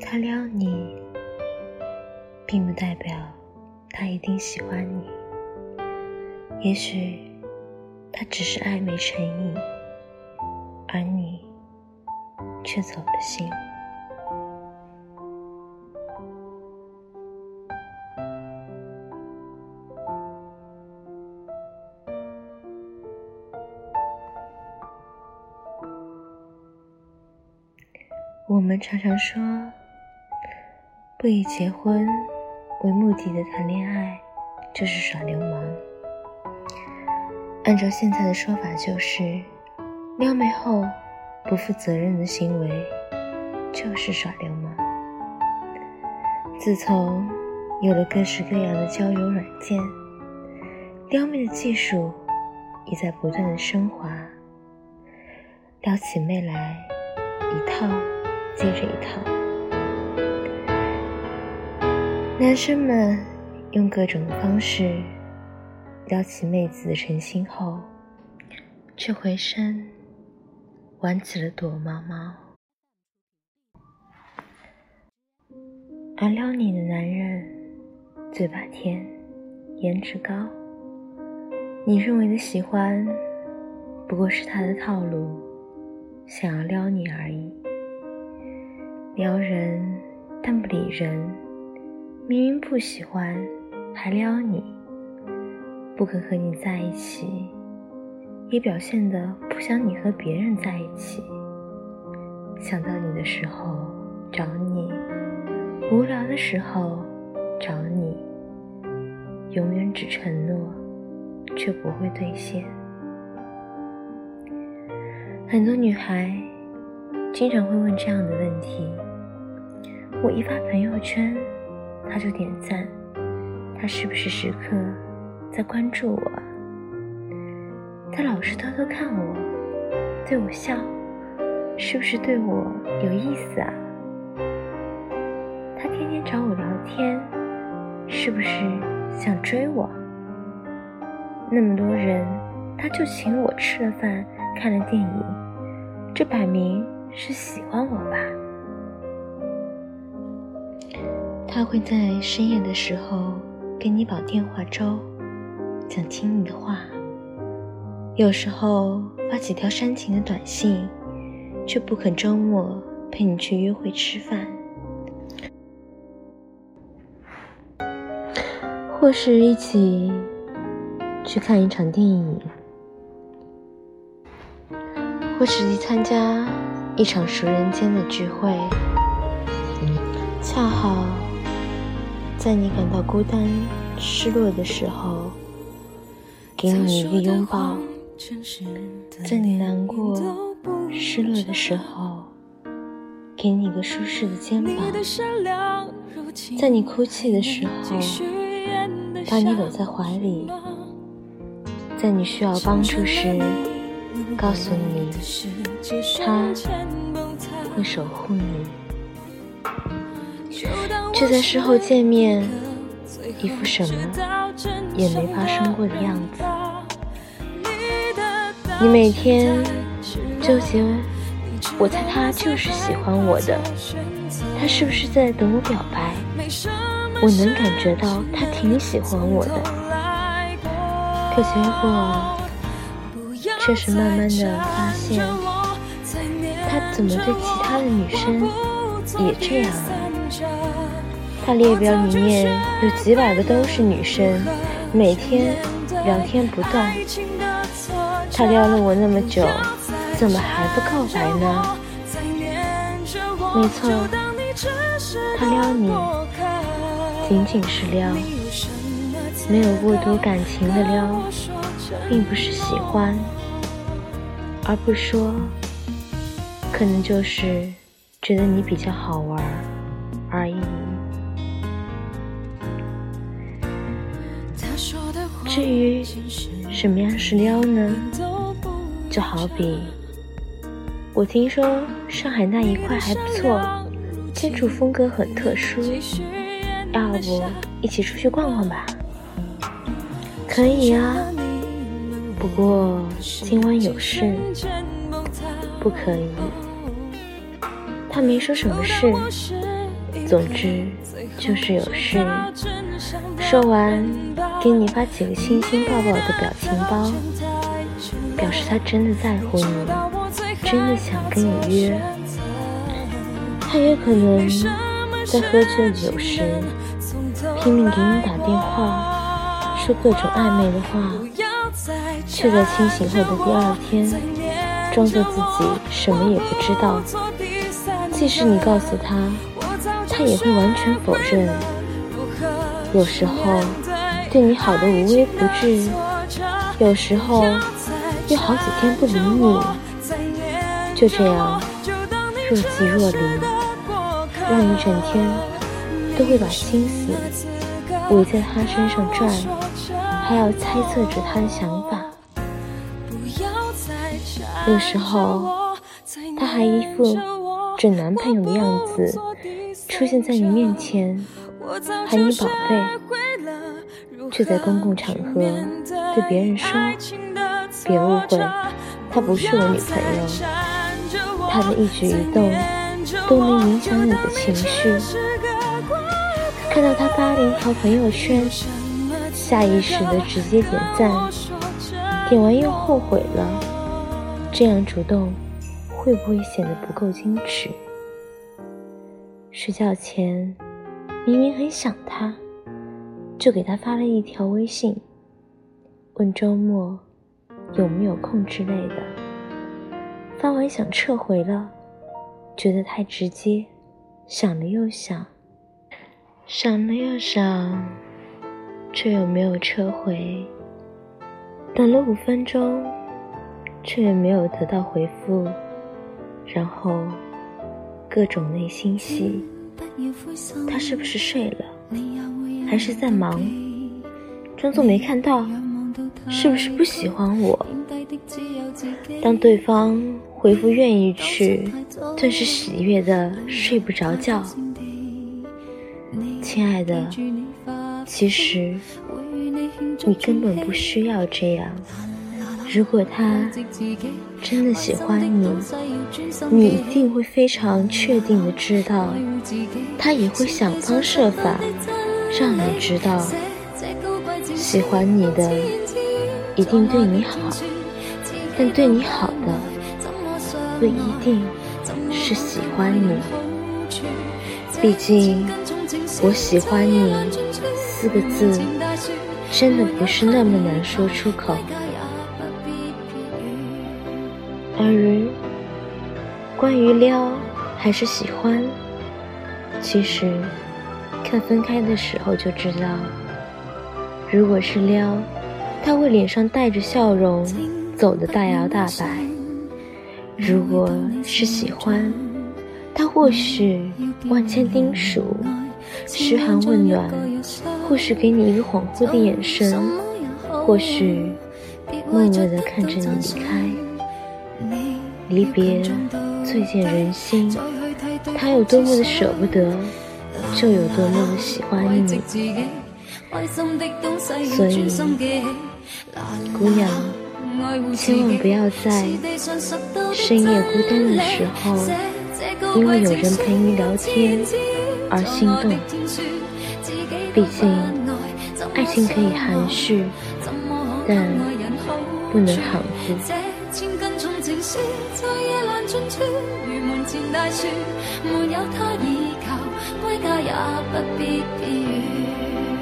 他撩你，并不代表他一定喜欢你，也许他只是爱没诚意，而你却走了心。我们常常说，不以结婚为目的的谈恋爱就是耍流氓。按照现在的说法，就是撩妹后不负责任的行为就是耍流氓。自从有了各式各样的交友软件，撩妹的技术也在不断的升华，撩起妹来一套接着一套。男生们用各种的方式撩起妹子的诚心后，却回身玩起了躲猫猫。而撩你的男人嘴巴甜，颜值高，你认为的喜欢不过是他的套路，想要撩你而已。撩人但不理人，明明不喜欢还撩你，不肯和你在一起，也表现得不想你和别人在一起。想到你的时候找你，无聊的时候找你，永远只承诺却不会兑现。很多女孩经常会问这样的问题，我一发朋友圈他就点赞，他是不是时刻在关注我？他老是偷偷看我，对我笑，是不是对我有意思啊？他天天找我聊天，是不是想追我？那么多人，他就请我吃了饭，看了电影，这摆明是喜欢我吧？他会在深夜的时候给你煲电话粥，想听你的话，有时候发几条煽情的短信，却不肯周末陪你去约会吃饭，或是一起去看一场电影，或是去参加一场熟人间的聚会，恰好在你感到孤单失落的时候给你一个拥抱，在你难过失落的时候给你一个舒适的肩膀，在你哭泣的时候把你搂在怀里，在你需要帮助时告诉你他会守护你，却在事后见面一副什么也没发生过的样子。你每天纠结，我猜他就是喜欢我的，他是不是在等我表白？我能感觉到他挺喜欢我的，可结果却是慢慢的发现，他怎么对其他的女生也这样啊？他列表里面有几百个都是女生，每天聊天不断。他撩了我那么久，怎么还不告白呢？没错，他撩你仅仅是撩，没有过多感情的撩，并不是喜欢，而不说，可能就是觉得你比较好玩而已。至于什么样是撩呢？就好比我听说上海那一块还不错，建筑风格很特殊，要不一起出去逛逛吧？可以啊，不过今晚有事。不可以。他没说什么事， 总之就是有事。说完，给你发几个亲亲抱抱的表情包，表示他真的在乎你，真的想跟你约。他也可能在喝醉酒时拼命给你打电话，说各种暧昧的话，却在清醒后的第二天装作自己什么也不知道。即使你告诉他，他也会完全否认。有时候对你好的无微不至，有时候又好几天不理你，就这样若即若离，让你整天都会把心思围在他身上转，还要猜测着他的想法。有时候他还一副准男朋友的样子出现在你面前，喊你宝贝，却在公共场合对别人说，别误会，她不是我女朋友。她的一举一动都能影响你的情绪。看到她发了一条朋友圈，下意识的直接点赞，点完又后悔了，这样主动会不会显得不够矜持？睡觉前明明很想他，就给他发了一条微信，问周末有没有空之类的。发完想撤回了，觉得太直接，想了又想，想了又想，却又没有撤回。等了5分钟，却也没有得到回复，然后各种内心戏，他是不是睡了，还是在忙，装作没看到，是不是不喜欢我？当对方回复愿意去，顿时喜悦的睡不着觉。亲爱的，其实你根本不需要这样。如果他真的喜欢你，你一定会非常确定的知道，他也会想方设法让你知道，喜欢你的一定对你好，但对你好的不一定是喜欢你。毕竟我喜欢你4个字真的不是那么难说出口。而关于撩还是喜欢，其实看分开的时候就知道。如果是撩，他会脸上带着笑容走得大摇大摆；如果是喜欢，他或许万千叮嘱，嘘寒问暖，或许给你一个恍惚的眼神，或许默默地看着你离开。离别最见人心，他有多么的舍不得，就有多么的喜欢你。所以姑娘，千万不要在深夜孤单的时候因为有人陪你聊天而心动。毕竟爱情可以含蓄，但不能含糊。千斤重情书在夜阑盡處，如門前大樹，沒有他倚靠，歸家也不必避雨。